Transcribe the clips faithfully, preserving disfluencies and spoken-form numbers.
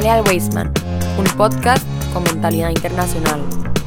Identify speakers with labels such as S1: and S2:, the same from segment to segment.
S1: Jale al Weissman, un podcast con mentalidad internacional.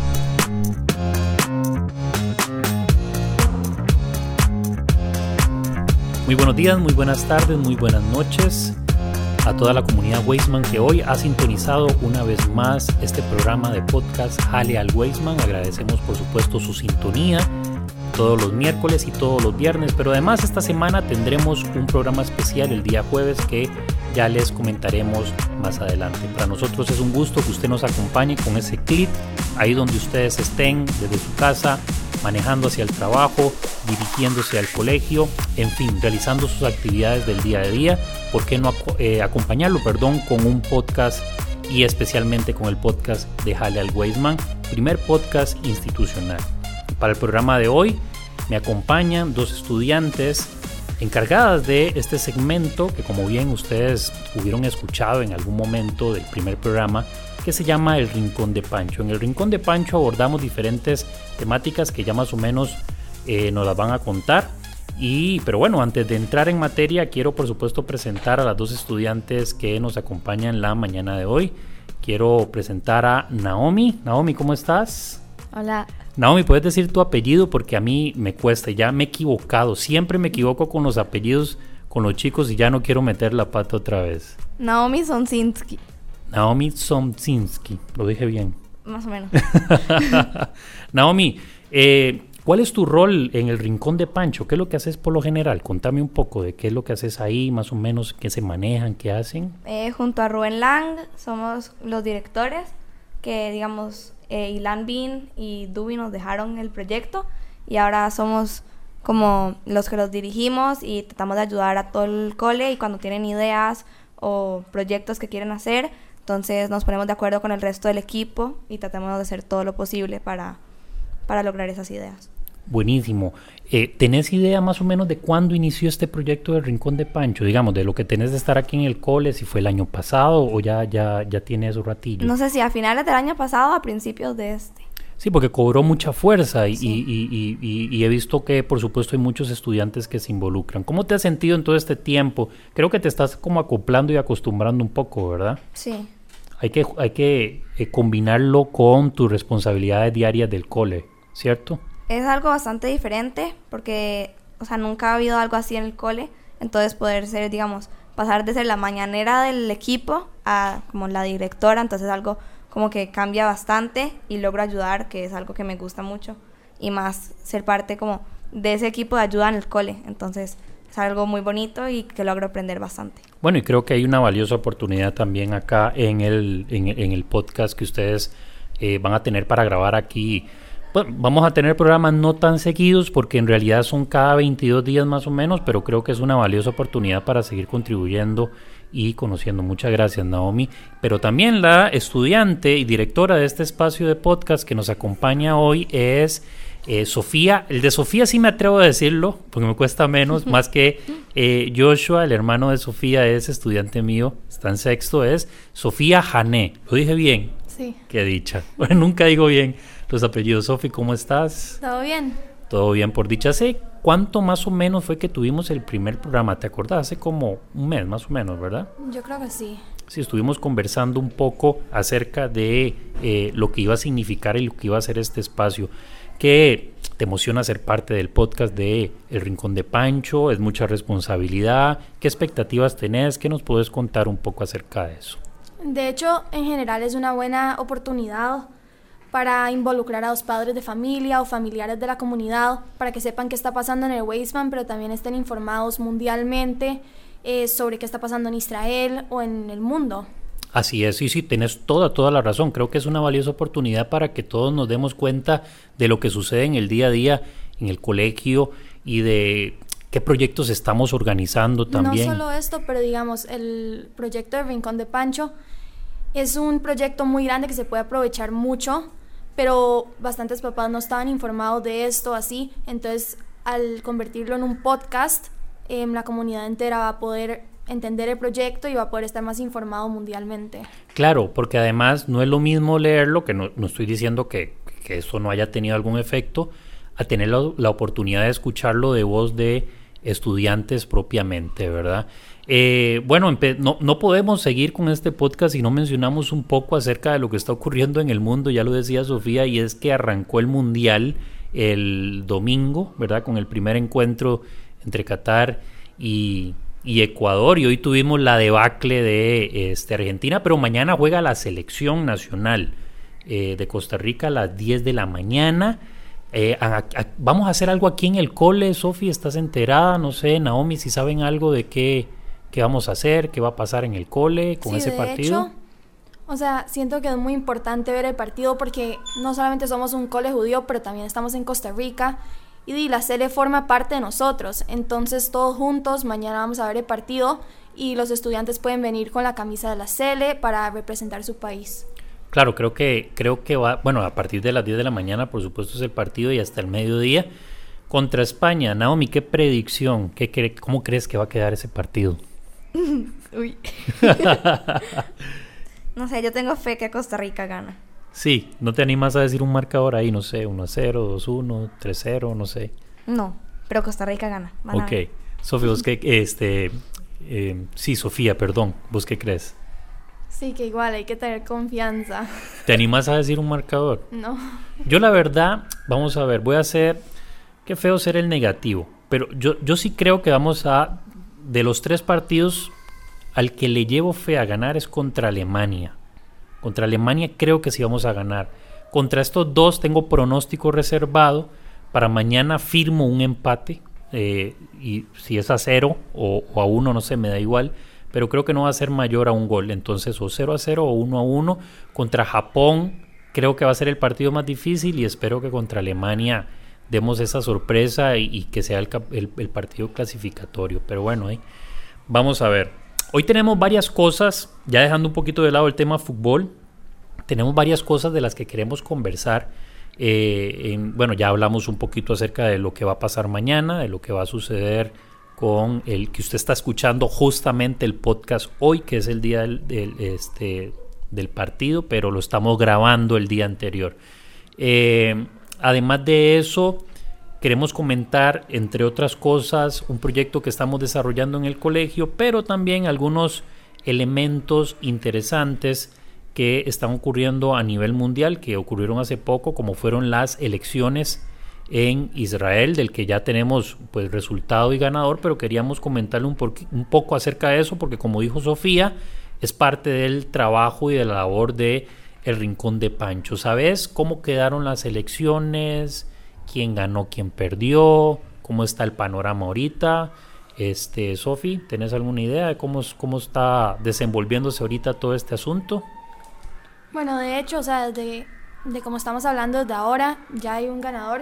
S2: Muy buenos días, muy buenas tardes, muy buenas noches a toda la comunidad Weissman que hoy ha sintonizado una vez más este programa de podcast Jale al Weissman. Agradecemos por supuesto su sintonía todos los miércoles y todos los viernes, pero además esta semana tendremos un programa especial el día jueves que ya les comentaremos más adelante. Para nosotros es un gusto que usted nos acompañe con ese clip ahí donde ustedes estén, desde su casa, manejando hacia el trabajo, dirigiéndose al colegio, en fin, realizando sus actividades del día a día. ¿Por qué no eh, acompañarlo, perdón, con un podcast y especialmente con el podcast de Jale al Weissman, primer podcast institucional? Para el programa de hoy me acompañan dos estudiantes encargadas de este segmento que, como bien ustedes hubieron escuchado en algún momento del primer programa, que se llama El Rincón de Pancho. En El Rincón de Pancho abordamos diferentes temáticas que ya más o menos eh, nos las van a contar. Y, pero bueno, antes de entrar en materia, quiero por supuesto presentar a las dos estudiantes que nos acompañan la mañana de hoy. Quiero presentar a Naomi. Naomi, ¿cómo estás?
S3: Hola.
S2: Naomi, ¿puedes decir tu apellido? Porque a mí me cuesta, ya me he equivocado. Siempre me equivoco con los apellidos, con los chicos, y ya no quiero meter la pata otra vez.
S3: Naomi Somczynski.
S2: Naomi Somczynski, lo dije bien.
S3: Más o menos.
S2: Naomi, eh, ¿cuál es tu rol en el Rincón de Pancho? ¿Qué es lo que haces por lo general? Contame un poco de qué es lo que haces ahí, más o menos, qué se manejan, qué hacen.
S3: Eh, junto a Rubén Lang somos los directores que, digamos, eh, Ilan Bin y Dubi nos dejaron el proyecto y ahora somos como los que los dirigimos y tratamos de ayudar a todo el cole, y cuando tienen ideas o proyectos que quieren hacer, entonces nos ponemos de acuerdo con el resto del equipo y tratamos de hacer todo lo posible para, para lograr esas ideas.
S2: Buenísimo. Eh, ¿Tenés idea más o menos de cuándo inició este proyecto del Rincón de Pancho? Digamos, de lo que tenés de estar aquí en el cole, si fue el año pasado o ya, ya, ya tiene esos ratillos.
S3: No sé si a finales del año pasado o a principios de este.
S2: Sí, porque cobró mucha fuerza y,
S3: Sí.
S2: y, y, y, y he visto que por supuesto hay muchos estudiantes que se involucran. ¿Cómo te has sentido en todo este tiempo? Creo que te estás como acoplando y acostumbrando un poco, ¿verdad?
S3: Sí.
S2: Hay que, hay que eh, combinarlo con tus responsabilidades diarias del cole, ¿cierto?
S3: Es algo bastante diferente porque, o sea, nunca ha habido algo así en el cole. Entonces poder ser, digamos, pasar de ser la mañanera del equipo a como la directora, entonces algo como que cambia bastante y logro ayudar, que es algo que me gusta mucho. Y más ser parte como de ese equipo de ayuda en el cole. Entonces es algo muy bonito y que logro aprender bastante.
S2: Bueno, y creo que hay una valiosa oportunidad también acá en el, en, en el podcast que ustedes eh, van a tener para grabar aquí. Bueno, vamos a tener programas no tan seguidos porque en realidad son cada veintidós días más o menos, pero creo que es una valiosa oportunidad para seguir contribuyendo y conociendo. Muchas gracias, Naomi. Pero también la estudiante y directora de este espacio de podcast que nos acompaña hoy es eh, Sofía. El de Sofía sí me atrevo a decirlo porque me cuesta menos, más que eh, Joshua, el hermano de Sofía, es estudiante mío, está en sexto, es Sofía Jané. ¿Lo dije bien?
S3: Sí.
S2: Qué dicha. Bueno, nunca digo bien los apellidos. Sofi, ¿cómo estás?
S3: ¿Todo bien?
S2: Todo bien, por dicha. ¿Sé cuánto más o menos fue que tuvimos el primer programa? ¿Te acordás? Hace como un mes más o menos, ¿verdad?
S3: Yo creo que sí.
S2: Sí, estuvimos conversando un poco acerca de eh, lo que iba a significar y lo que iba a ser este espacio. ¿Qué te emociona ser parte del podcast de El Rincón de Pancho? ¿Es mucha responsabilidad? ¿Qué expectativas tenés? ¿Qué nos puedes contar un poco acerca de eso?
S4: De hecho, en general es una buena oportunidad para involucrar a los padres de familia o familiares de la comunidad para que sepan qué está pasando en el Weissman, pero también estén informados mundialmente eh, sobre qué está pasando en Israel o en el mundo.
S2: Así es, sí, sí, tienes toda, toda la razón. Creo que es una valiosa oportunidad para que todos nos demos cuenta de lo que sucede en el día a día en el colegio y de qué proyectos estamos organizando también.
S4: No solo esto, pero digamos, el proyecto de Rincón de Pancho es un proyecto muy grande que se puede aprovechar mucho, pero bastantes papás no estaban informados de esto así, entonces al convertirlo en un podcast, eh, la comunidad entera va a poder entender el proyecto y va a poder estar más informado mundialmente.
S2: Claro, porque además no es lo mismo leerlo, que no, no estoy diciendo que, que eso no haya tenido algún efecto, a tener la, la oportunidad de escucharlo de voz de estudiantes propiamente, ¿verdad? Eh, bueno, no, no podemos seguir con este podcast si no mencionamos un poco acerca de lo que está ocurriendo en el mundo, ya lo decía Sofía, y es que arrancó el Mundial el domingo, ¿verdad? Con el primer encuentro entre Qatar y, y Ecuador, y hoy tuvimos la debacle de este, Argentina, pero mañana juega la selección nacional eh, de Costa Rica a las diez de la mañana. Eh, a, a, vamos a hacer algo aquí en el cole, Sofi, ¿estás enterada? No sé, Naomi, si saben algo de qué, qué vamos a hacer, qué va a pasar en el cole con
S4: sí,
S2: ese
S4: de
S2: partido.
S4: Hecho, o sea, siento que es muy importante ver el partido porque no solamente somos un cole judío, pero también estamos en Costa Rica y la Sele forma parte de nosotros. Entonces todos juntos mañana vamos a ver el partido y los estudiantes pueden venir con la camisa de la Sele para representar su país.
S2: Claro, creo que creo que va, bueno, a partir de las diez de la mañana, por supuesto, es el partido y hasta el mediodía contra España. Naomi, ¿qué predicción? ¿Qué cre- ¿Cómo crees que va a quedar ese partido?
S3: Uy. No sé, yo tengo fe que Costa Rica gana.
S2: Sí, ¿no te animas a decir un marcador ahí? No sé, uno a cero, dos a uno, tres a cero, no sé.
S3: No, pero Costa Rica gana. Van
S2: Ok, Sofía, ¿vos qué, este, eh, sí, Sofía, perdón, ¿vos qué crees?
S4: Sí, que igual hay que tener confianza.
S2: ¿Te animas a decir un marcador?
S4: No.
S2: Yo la verdad, vamos a ver, voy a hacer, qué feo ser el negativo, pero yo, yo sí creo que vamos a, de los tres partidos, al que le llevo fe a ganar es contra Alemania. Contra Alemania creo que sí vamos a ganar. Contra estos dos tengo pronóstico reservado. Para mañana firmo un empate. Eh, y si es a cero o, o a uno, no sé, me da igual. Pero creo que no va a ser mayor a un gol. Entonces o cero a cero o uno a uno. Contra Japón creo que va a ser el partido más difícil. Y espero que contra Alemania demos esa sorpresa y, y que sea el, el, el partido clasificatorio. Pero bueno, eh, vamos a ver. Hoy tenemos varias cosas, ya dejando un poquito de lado el tema fútbol, tenemos varias cosas de las que queremos conversar. Eh, en, bueno, ya hablamos un poquito acerca de lo que va a pasar mañana, de lo que va a suceder con el que usted está escuchando justamente el podcast hoy, que es el día del, del, este, del partido, pero lo estamos grabando el día anterior. Eh, además de eso, queremos comentar, entre otras cosas, un proyecto que estamos desarrollando en el colegio, pero también algunos elementos interesantes que están ocurriendo a nivel mundial, que ocurrieron hace poco, como fueron las elecciones en Israel, del que ya tenemos pues resultado y ganador, pero queríamos comentarle un, por, un poco acerca de eso, porque como dijo Sofía, es parte del trabajo y de la labor de El Rincón de Pancho. ¿Sabes cómo quedaron las elecciones? ¿Quién ganó, quién perdió? ¿Cómo está el panorama ahorita? Este, Sofi, ¿tenés alguna idea de cómo, cómo está desenvolviéndose ahorita todo este asunto?
S4: Bueno, de hecho, o sea, de, de como estamos hablando desde ahora, ya hay un ganador,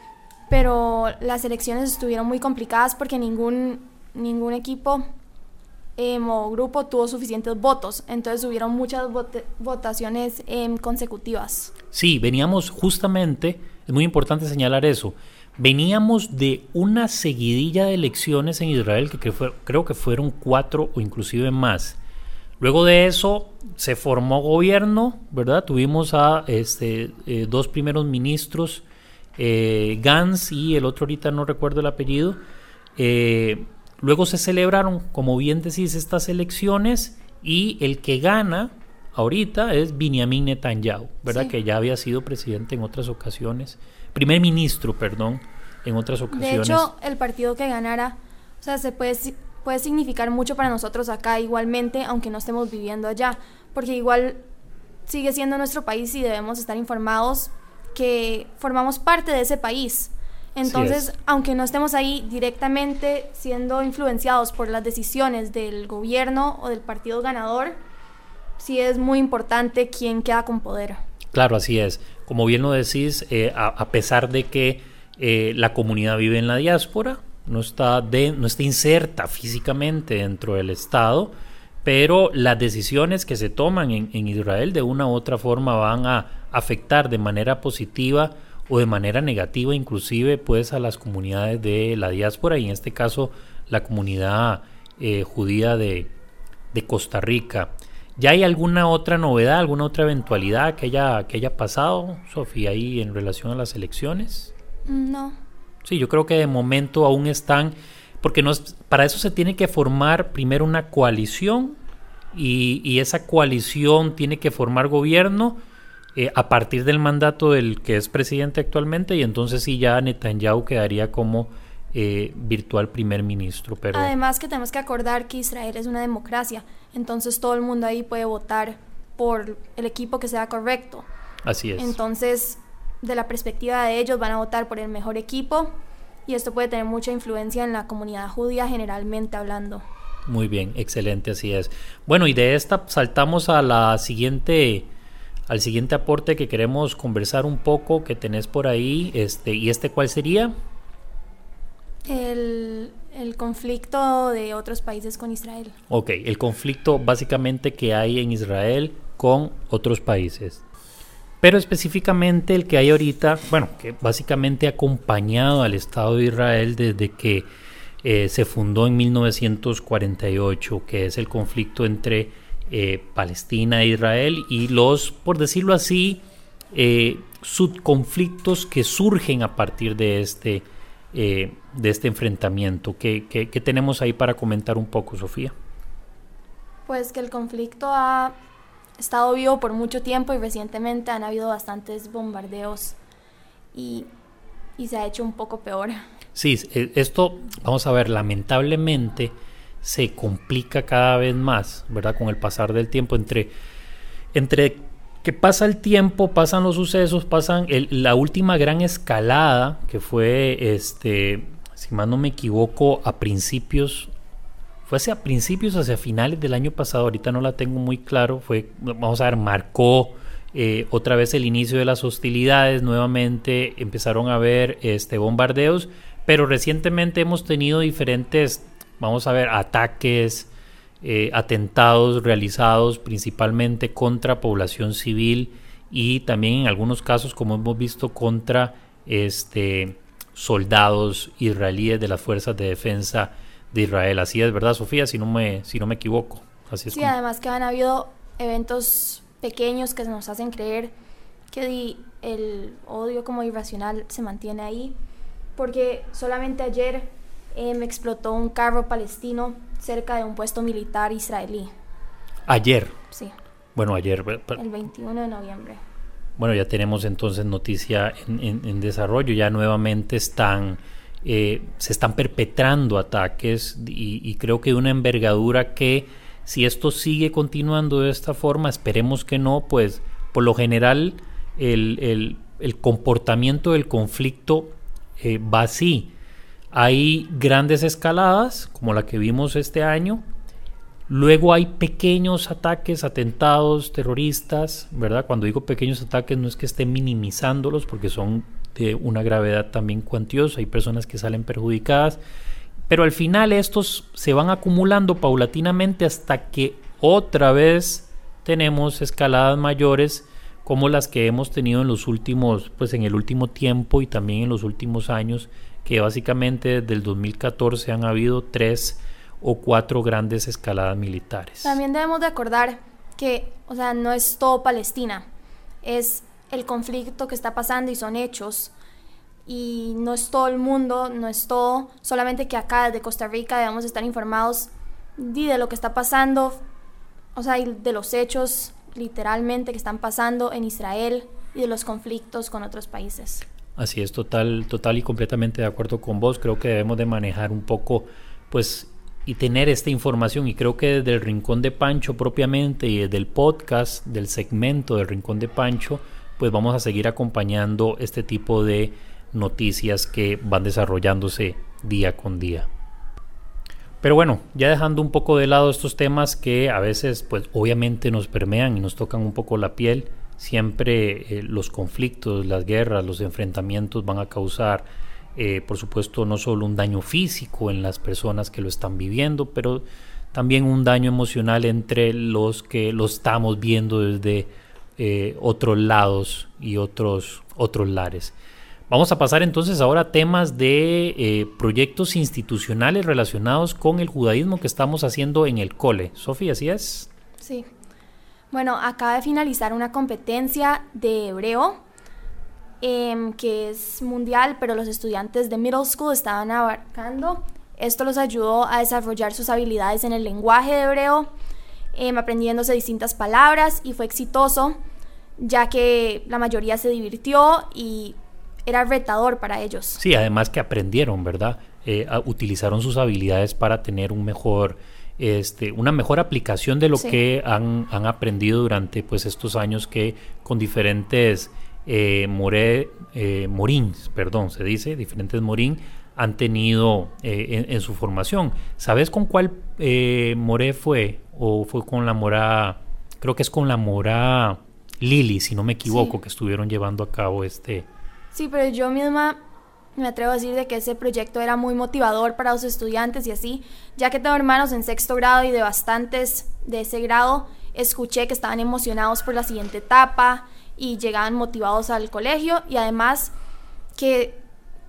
S4: pero las elecciones estuvieron muy complicadas porque ningún, ningún equipo eh, o grupo tuvo suficientes votos, entonces hubieron muchas vot- votaciones eh, consecutivas.
S2: Sí, veníamos justamente, es muy importante señalar eso, veníamos de una seguidilla de elecciones en Israel que fue, creo que fueron cuatro o inclusive más. Luego de eso se formó gobierno, ¿verdad? Tuvimos a este, eh, dos primeros ministros, eh, Gantz y el otro ahorita no recuerdo el apellido. Eh, luego se celebraron, como bien decís, estas elecciones y el que gana ahorita es Benjamin Netanyahu, ¿verdad? Sí. Que ya había sido presidente en otras ocasiones, primer ministro, perdón, en otras ocasiones.
S4: De hecho, el partido que ganara, o sea, se puede, puede significar mucho para nosotros acá igualmente, aunque no estemos viviendo allá, porque igual sigue siendo nuestro país y debemos estar informados que formamos parte de ese país. Entonces, aunque no estemos ahí directamente siendo influenciados por las decisiones del gobierno o del partido ganador, sí es muy importante quién queda con poder.
S2: Claro, así es. Como bien lo decís, eh, a, a pesar de que eh, la comunidad vive en la diáspora, no está, de, no está inserta físicamente dentro del Estado, pero las decisiones que se toman en, en Israel de una u otra forma van a afectar de manera positiva o de manera negativa inclusive pues a las comunidades de la diáspora y en este caso la comunidad eh, judía de, de Costa Rica. ¿Ya hay alguna otra novedad, alguna otra eventualidad que haya, que haya pasado, Sofía, ahí en relación a las elecciones?
S4: No.
S2: Sí, yo creo que de momento aún están, porque no es, para eso se tiene que formar primero una coalición y, y esa coalición tiene que formar gobierno eh, a partir del mandato del que es presidente actualmente, y entonces sí ya Netanyahu quedaría como eh, virtual primer ministro. Pero
S4: además que tenemos que acordar que Israel es una democracia, entonces todo el mundo ahí puede votar por el equipo que sea correcto.
S2: Así es.
S4: Entonces, de la perspectiva de ellos, van a votar por el mejor equipo, y esto puede tener mucha influencia en la comunidad judía generalmente hablando.
S2: Muy bien, excelente, así es. Bueno, y de esta saltamos a la siguiente, al siguiente aporte que queremos conversar un poco, que tenés por ahí, este, ¿y este cuál sería?
S4: El, el conflicto de otros países con Israel.
S2: Ok, el conflicto básicamente que hay en Israel con otros países. Pero específicamente el que hay ahorita, bueno, que básicamente ha acompañado al Estado de Israel desde que eh, se fundó en mil novecientos cuarenta y ocho, que es el conflicto entre eh, Palestina e Israel y los, por decirlo así, eh, subconflictos que surgen a partir de este Eh, de este enfrentamiento. ¿Qué, qué, ¿Qué tenemos ahí para comentar un poco, Sofía?
S4: Pues que el conflicto ha estado vivo por mucho tiempo y recientemente han habido bastantes bombardeos y, y se ha hecho un poco peor.
S2: Sí, esto, vamos a ver, lamentablemente se complica cada vez más, ¿verdad? Con el pasar del tiempo, entre, entre que pasa el tiempo, pasan los sucesos, pasan el, la última gran escalada que fue, este, si mal no me equivoco, a principios, fue hacia principios, hacia finales del año pasado, ahorita no la tengo muy claro, fue, vamos a ver, marcó eh, otra vez el inicio de las hostilidades, nuevamente empezaron a haber este, bombardeos, pero recientemente hemos tenido diferentes, vamos a ver, ataques, Eh, atentados realizados principalmente contra población civil y también en algunos casos, como hemos visto, contra este, soldados israelíes de las fuerzas de defensa de Israel. Así es, ¿verdad, Sofía? Si no me, si no me equivoco. Así es.
S4: Sí,
S2: como...
S4: además que han habido eventos pequeños que nos hacen creer que di, el odio como irracional se mantiene ahí, porque solamente ayer eh, me explotó un carro palestino cerca de un puesto militar israelí.
S2: Ayer.
S4: Sí.
S2: Bueno, ayer.
S4: El veintiuno de noviembre.
S2: Bueno, ya tenemos entonces noticia en, en, en desarrollo. Ya nuevamente están, eh, se están perpetrando ataques y, y creo que de una envergadura que, si esto sigue continuando de esta forma, esperemos que no, pues por lo general el, el, el comportamiento del conflicto eh, va así. Hay grandes escaladas, como la que vimos este año. Luego hay pequeños ataques, atentados terroristas, ¿verdad? Cuando digo pequeños ataques no es que esté minimizándolos, porque son de una gravedad también cuantiosa. Hay personas que salen perjudicadas. Pero al final estos se van acumulando paulatinamente hasta que otra vez tenemos escaladas mayores como las que hemos tenido en los últimos, pues en el último tiempo y también en los últimos años, que básicamente desde el dos mil catorce han habido tres o cuatro grandes escaladas militares.
S4: También debemos de acordar que, o sea, no es todo Palestina, es el conflicto que está pasando y son hechos, y no es todo el mundo, no es todo, solamente que acá desde Costa Rica debemos estar informados de, de lo que está pasando, o sea, de los hechos literalmente que están pasando en Israel y de los conflictos con otros países.
S2: Así es, total, total y completamente de acuerdo con vos. Creo que debemos de manejar un poco, pues, y tener esta información, y creo que desde el Rincón de Pancho propiamente y desde el podcast del segmento del Rincón de Pancho, pues vamos a seguir acompañando este tipo de noticias que van desarrollándose día con día. Pero bueno, ya dejando un poco de lado estos temas que a veces, pues, obviamente nos permean y nos tocan un poco la piel. Siempre eh, los conflictos, las guerras, los enfrentamientos van a causar, eh, por supuesto, no solo un daño físico en las personas que lo están viviendo, pero también un daño emocional entre los que lo estamos viendo desde eh, otros lados y otros, otros lares. Vamos a pasar entonces ahora a temas de eh, proyectos institucionales relacionados con el judaísmo que estamos haciendo en el cole. Sofía, ¿así es?
S4: Sí. Bueno, acaba de finalizar una competencia de hebreo eh, que es mundial, pero los estudiantes de middle school estaban abarcando Esto los ayudó a desarrollar sus habilidades en el lenguaje de hebreo, eh, aprendiéndose distintas palabras, y fue exitoso, ya que la mayoría se divirtió y era retador para ellos.
S2: Sí, además que aprendieron, ¿verdad? Eh, utilizaron sus habilidades para tener un mejor, este, una mejor aplicación de lo sí. que han, han aprendido durante pues, estos años que con diferentes eh, more, eh, morins, perdón, se dice, diferentes morín, han tenido eh, en, en su formación. ¿Sabes con cuál eh, moré fue? ¿O fue con la mora, creo que es con la mora Lili, si no me equivoco, sí. que estuvieron llevando a cabo este...
S4: Sí, pero yo misma me atrevo a decir de que ese proyecto era muy motivador para los estudiantes y así, ya que tengo hermanos en sexto grado y de bastantes de ese grado, escuché que estaban emocionados por la siguiente etapa y llegaban motivados al colegio, y además que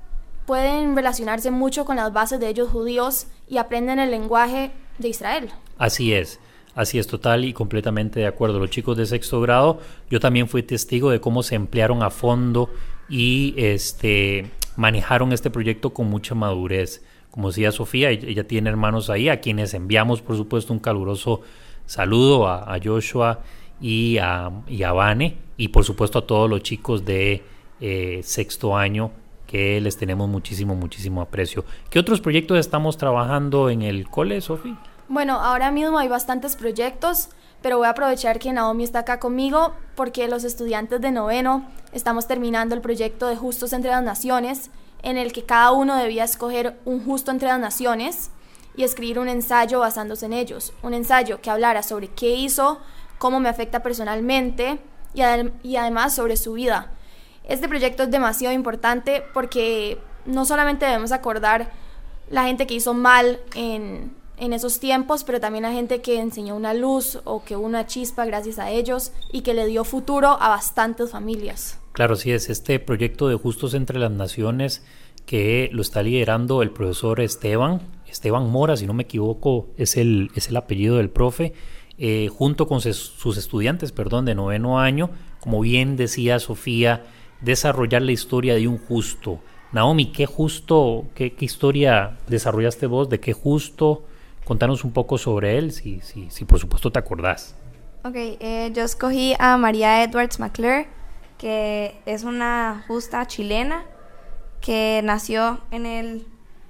S4: pueden relacionarse mucho con las bases de ellos judíos y aprenden el lenguaje de Israel.
S2: Así es. Así es, total y completamente de acuerdo. Los chicos de sexto grado, yo también fui testigo de cómo se emplearon a fondo y este, manejaron este proyecto con mucha madurez. Como decía Sofía, ella tiene hermanos ahí, a quienes enviamos, por supuesto, un caluroso saludo a, a Joshua y a, y a Vane, y por supuesto a todos los chicos de eh, sexto año, que les tenemos muchísimo, muchísimo aprecio. ¿Qué otros proyectos estamos trabajando en el cole, Sofía?
S4: Bueno, ahora mismo hay bastantes proyectos, pero voy a aprovechar que Naomi está acá conmigo porque los estudiantes de noveno estamos terminando el proyecto de Justos entre las Naciones, en el que cada uno debía escoger un justo entre las naciones y escribir un ensayo basándose en ellos. Un ensayo que hablara sobre qué hizo, cómo me afecta personalmente y, ad- y además sobre su vida. Este proyecto es demasiado importante porque no solamente debemos acordar la gente que hizo mal en... en esos tiempos, pero también a gente que enseñó una luz o que hubo una chispa gracias a ellos y que le dio futuro a bastantes familias.
S2: Claro, sí es este proyecto de Justos entre las Naciones que lo está liderando el profesor Esteban, Esteban Mora, si no me equivoco, es el, es el apellido del profe, eh, junto con ses, sus estudiantes, perdón, de noveno año, como bien decía Sofía, desarrollar la historia de un justo. Naomi, ¿qué justo, qué, qué historia desarrollaste vos? ¿De qué justo? Contanos un poco sobre él, si, si, si por supuesto te acordás.
S3: Ok, eh, yo escogí a María Edwards McClure, que es una justa chilena que nació en el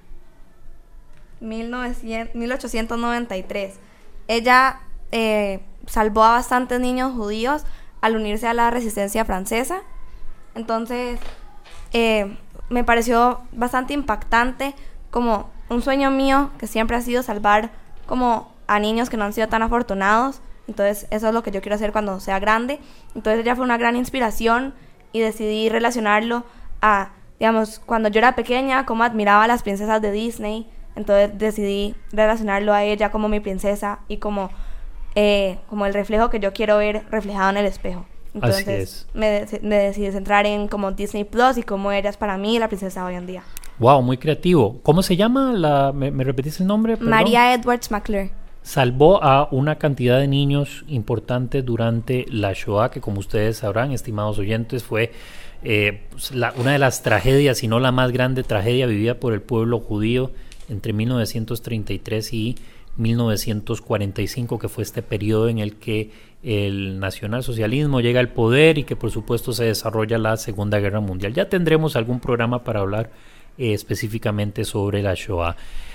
S3: mil ochocientos noventa y tres. Ella eh, salvó a bastantes niños judíos al unirse a la resistencia francesa. Entonces, eh, me pareció bastante impactante, como un sueño mío que siempre ha sido salvar como a niños que no han sido tan afortunados. Entonces eso es lo que yo quiero hacer cuando sea grande. Entonces ella fue una gran inspiración y decidí relacionarlo a, digamos, cuando yo era pequeña, cómo admiraba a las princesas de Disney. Entonces decidí relacionarlo a ella como mi princesa y como, eh, como el reflejo que yo quiero ver reflejado en el espejo. Entonces
S2: Así es.
S3: me, de- me decidí centrar en como Disney Plus y cómo ella es para mí la princesa hoy en día.
S2: Wow, muy creativo. ¿Cómo se llama? La, ¿me, me repetís el nombre? Perdón.
S3: María Edwards McClure.
S2: Salvó a una cantidad de niños importantes durante la Shoah, que como ustedes sabrán, estimados oyentes, fue eh, pues, la, una de las tragedias, si no la más grande tragedia vivida por el pueblo judío entre mil novecientos treinta y tres y mil novecientos cuarenta y cinco, que fue este periodo en el que el nacionalsocialismo llega al poder y que por supuesto se desarrolla la Segunda Guerra Mundial. Ya tendremos algún programa para hablar eh, específicamente sobre la Shoah.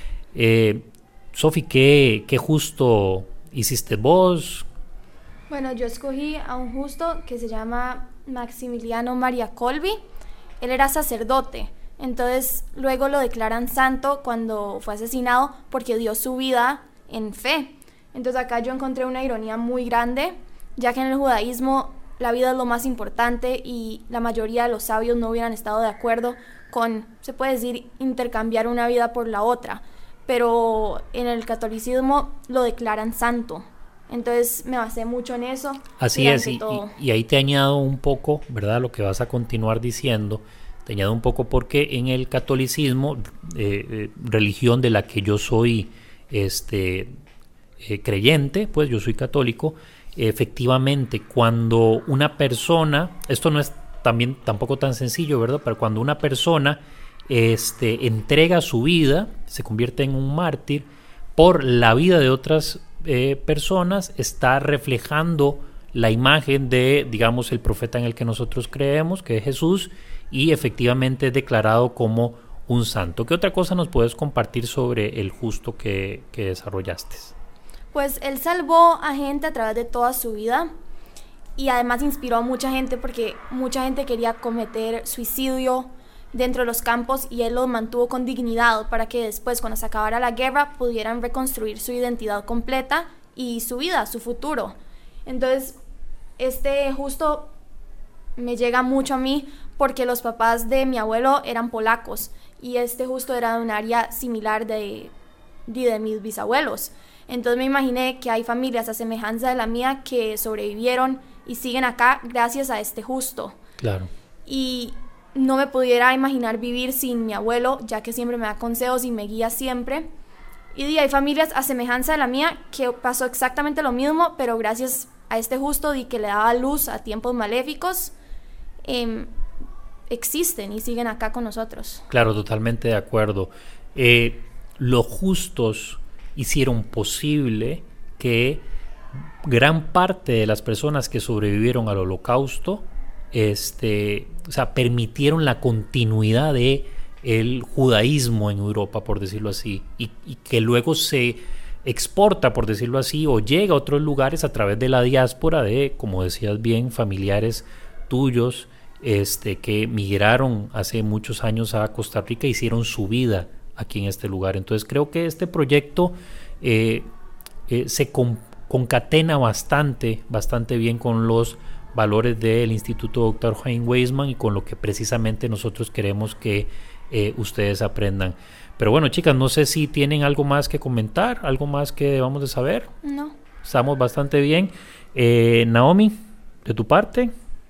S2: Eh, Sofi, ¿qué, ¿qué justo hiciste vos?
S4: Bueno, yo escogí a un justo que se llama Maximiliano María Kolbe. Él era sacerdote, entonces luego lo declaran santo cuando fue asesinado porque dio su vida en fe. Entonces acá yo encontré una ironía muy grande, ya que en el judaísmo la vida es lo más importante y la mayoría de los sabios no hubieran estado de acuerdo con, se puede decir, intercambiar una vida por la otra. Pero en el catolicismo lo declaran santo. Entonces me basé mucho en eso.
S2: Así es, y, y, y ahí te añado un poco, ¿verdad? Lo que vas a continuar diciendo, te añado un poco porque en el catolicismo, eh, eh, religión de la que yo soy este, eh, creyente, pues yo soy católico, eh, efectivamente cuando una persona, esto no es también tampoco tan sencillo, ¿verdad? Pero cuando una persona este, entrega su vida, se convierte en un mártir por la vida de otras eh, personas, está reflejando la imagen de, digamos, el profeta en el que nosotros creemos, que es Jesús, y efectivamente es declarado como un santo. ¿Qué otra cosa nos puedes compartir sobre el justo que, que desarrollaste?
S4: Pues él salvó a gente a través de toda su vida y además inspiró a mucha gente porque mucha gente quería cometer suicidio dentro de los campos y él los mantuvo con dignidad para que después, cuando se acabara la guerra, pudieran reconstruir su identidad completa y su vida, su futuro. Entonces, este justo me llega mucho a mí porque los papás de mi abuelo eran polacos y este justo era de un área similar de, de, de mis bisabuelos. Entonces me imaginé que hay familias a semejanza de la mía que sobrevivieron y siguen acá gracias a este justo.
S2: Claro.
S4: Y no me pudiera imaginar vivir sin mi abuelo, ya que siempre me da consejos y me guía siempre. Y hay familias a semejanza de la mía que pasó exactamente lo mismo, pero gracias a este justo y que le daba luz a tiempos maléficos, eh, existen y siguen acá con nosotros.
S2: Claro, totalmente de acuerdo. Eh, los justos hicieron posible que gran parte de las personas que sobrevivieron al Holocausto, este, o sea, permitieron la continuidad de el judaísmo en Europa, por decirlo así, y, y que luego se exporta, por decirlo así, o llega a otros lugares a través de la diáspora de, como decías bien, familiares tuyos, este, que migraron hace muchos años a Costa Rica e hicieron su vida aquí en este lugar. Entonces creo que este proyecto eh, eh, se con, concatena bastante, bastante bien con los valores del Instituto doctor Chaim Weizmann y con lo que precisamente nosotros queremos que eh, ustedes aprendan. Pero bueno, chicas, no sé si tienen algo más que comentar, algo más que debamos de saber.
S4: No.
S2: Estamos bastante bien. Eh, Naomi, de tu parte.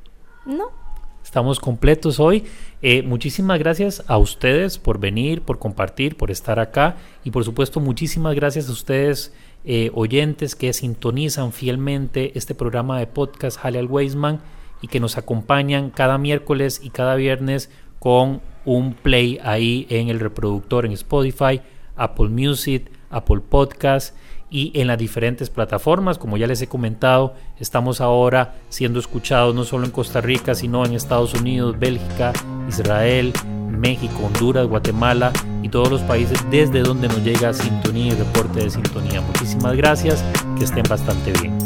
S3: No.
S2: Estamos completos hoy. Eh, muchísimas gracias a ustedes por venir, por compartir, por estar acá y por supuesto muchísimas gracias a ustedes eh, oyentes que sintonizan fielmente este programa de podcast Hale al Weizmann y que nos acompañan cada miércoles y cada viernes con un play ahí en el reproductor en Spotify, Apple Music, Apple Podcast y en las diferentes plataformas. Como ya les he comentado, estamos ahora siendo escuchados no solo en Costa Rica, sino en Estados Unidos, Bélgica, Israel, México, Honduras, Guatemala y todos los países desde donde nos llega sintonía y reporte de sintonía. Muchísimas gracias, que estén bastante bien.